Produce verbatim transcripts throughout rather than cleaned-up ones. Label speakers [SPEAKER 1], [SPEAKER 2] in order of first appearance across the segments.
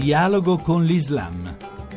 [SPEAKER 1] Dialogo con l'Islam.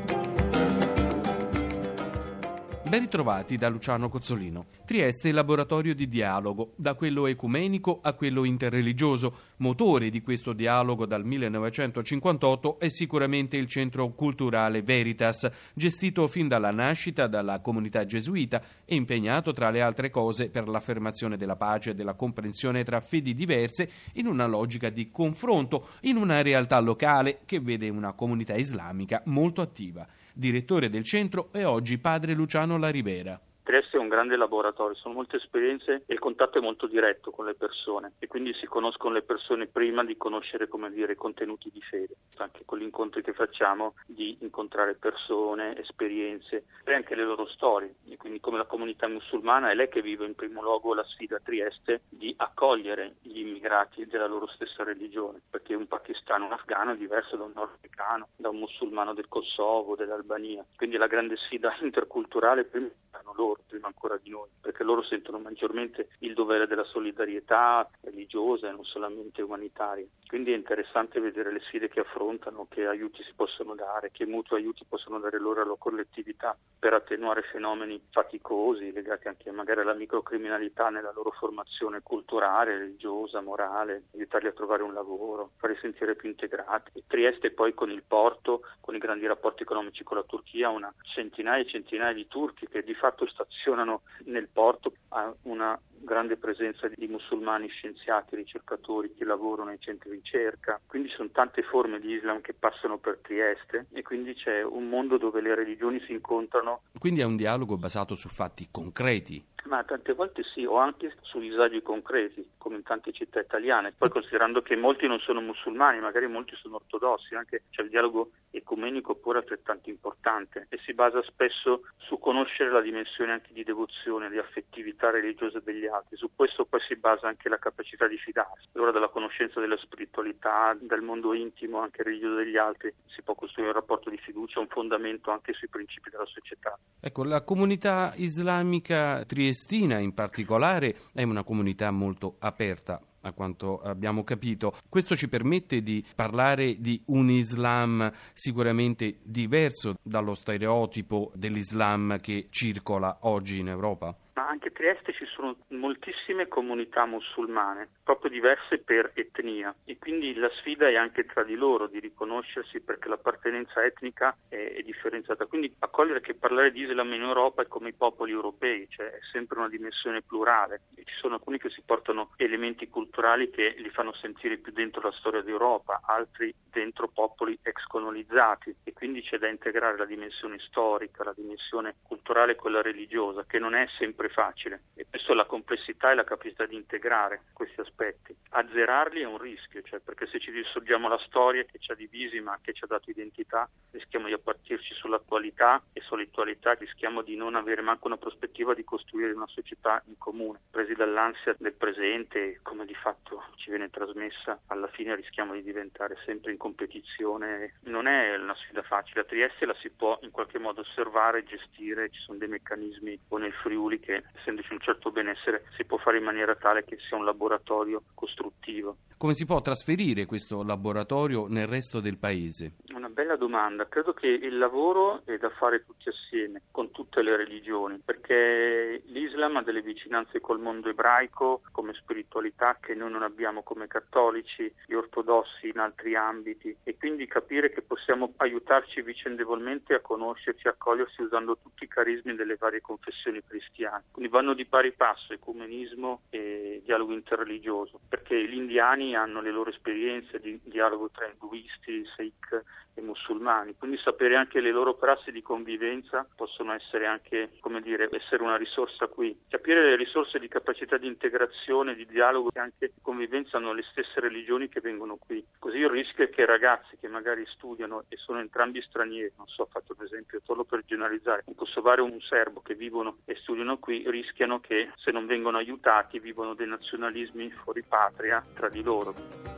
[SPEAKER 2] Ben ritrovati da Luciano Cozzolino. Trieste è il laboratorio di dialogo, da quello ecumenico a quello interreligioso. Motore di questo dialogo dal millenovecentocinquantotto è sicuramente il centro culturale Veritas, gestito fin dalla nascita dalla comunità gesuita e impegnato tra le altre cose per l'affermazione della pace e della comprensione tra fedi diverse in una logica di confronto in una realtà locale che vede una comunità islamica molto attiva. Direttore del centro è oggi padre Luciano La Rivera.
[SPEAKER 3] Trieste è un grande laboratorio, sono molte esperienze e il contatto è molto diretto con le persone e quindi si conoscono le persone prima di conoscere, come dire, i contenuti di fede. Anche con gli incontri che facciamo di incontrare persone, esperienze e anche le loro storie. E quindi come la comunità musulmana è lei che vive in primo luogo la sfida a Trieste di accogliere gli immigrati della loro stessa religione, perché un pakistano, un afghano è diverso da un nordafricano, da un musulmano del Kosovo, dell'Albania. Quindi la grande sfida interculturale prima hanno loro, prima ancora di noi, perché loro sentono maggiormente il dovere della solidarietà religiosa e non solamente umanitaria. Quindi è interessante vedere le sfide che affrontano, che aiuti si possono dare, che mutui aiuti possono dare loro alla collettività per attenuare fenomeni faticosi legati anche magari alla microcriminalità nella loro formazione culturale, religiosa, morale, aiutarli a trovare un lavoro, farli sentire più integrati. E Trieste poi con il porto, con i grandi rapporti economici con la Turchia, una centinaia e centinaia di turchi che di fatto stazionano nel porto, ha una grande presenza di musulmani scienziati, ricercatori che lavorano nei centri di ricerca, quindi sono tante forme di Islam che passano per Trieste e quindi c'è un mondo dove le religioni si incontrano.
[SPEAKER 2] Quindi è un dialogo basato su fatti concreti.
[SPEAKER 3] Ma tante volte sì, o anche su disagi concreti, come in tante città italiane. Poi considerando che molti non sono musulmani, magari molti sono ortodossi, anche c'è il dialogo ecumenico pure altrettanto importante e si basa spesso su conoscere la dimensione anche di devozione, di affettività religiosa degli altri. Su questo poi si basa anche la capacità di fidarsi. Allora dalla conoscenza della spiritualità, dal mondo intimo anche religioso degli altri, si può costruire un rapporto di fiducia, un fondamento anche sui principi della società.
[SPEAKER 2] Ecco, la comunità islamica triestina in particolare è una comunità molto aperta, a quanto abbiamo capito. Questo ci permette di parlare di un Islam sicuramente diverso dallo stereotipo dell'Islam che circola oggi in Europa.
[SPEAKER 3] Ma anche a Trieste ci sono moltissime comunità musulmane, proprio diverse per etnia, e quindi la sfida è anche tra di loro, di riconoscersi, perché l'appartenenza etnica è, è differenziata. Quindi accogliere che parlare di Islam in Europa è come i popoli europei, cioè è sempre una dimensione plurale. E ci sono alcuni che si portano elementi culturali che li fanno sentire più dentro la storia d'Europa, altri dentro popoli ex colonizzati, e quindi c'è da integrare la dimensione storica, la dimensione culturale e quella religiosa, che non è sempre facile, e questo è la complessità e la capacità di integrare questi aspetti. Azzerarli è un rischio, cioè perché se ci risorgiamo alla storia che ci ha divisi ma che ci ha dato identità, rischiamo di appartirci sull'attualità e sull'attualità rischiamo di non avere manco una prospettiva di costruire una società in comune. Presi dall'ansia del presente, come di fatto ci viene trasmessa, alla fine rischiamo di diventare sempre in competizione. Non è una sfida facile. A Trieste la si può in qualche modo osservare e gestire, ci sono dei meccanismi o nel Friuli che, essendoci un certo benessere, si può fare in maniera tale che sia un laboratorio costruttivo.
[SPEAKER 2] Come si può trasferire questo laboratorio nel resto del paese?
[SPEAKER 3] Una bella domanda. Credo che il lavoro è da fare tutti assieme, con tutte le religioni, perché l'Islam ha delle vicinanze col mondo ebraico come spiritualità che noi non abbiamo come cattolici, gli ortodossi in altri ambiti, e quindi capire che possiamo aiutarci vicendevolmente a conoscerci, a accogliersi usando tutti i carismi delle varie confessioni cristiane. Quindi vanno di pari passo ecumenismo e dialogo interreligioso, perché gli indiani hanno le loro esperienze di dialogo tra induisti, sikh e musulmani, quindi sapere anche le loro prassi di convivenza possono essere anche, come dire, essere una risorsa qui. Capire le risorse di capacità di integrazione, di dialogo e anche di convivenza hanno le stesse religioni che vengono qui. Così il rischio è che ragazzi che magari studiano e sono entrambi stranieri, non so, ho fatto un esempio solo per generalizzare, un kosovaro e un serbo che vivono e studiano qui, rischiano che se non vengono aiutati vivono dei nazionalismi fuori patria tra di loro.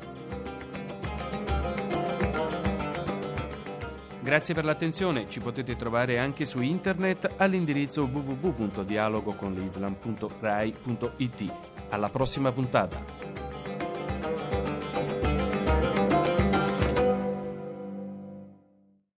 [SPEAKER 2] Grazie per l'attenzione, ci potete trovare anche su internet all'indirizzo w w w punto dialogo con l'islam punto rai punto it. Alla prossima puntata.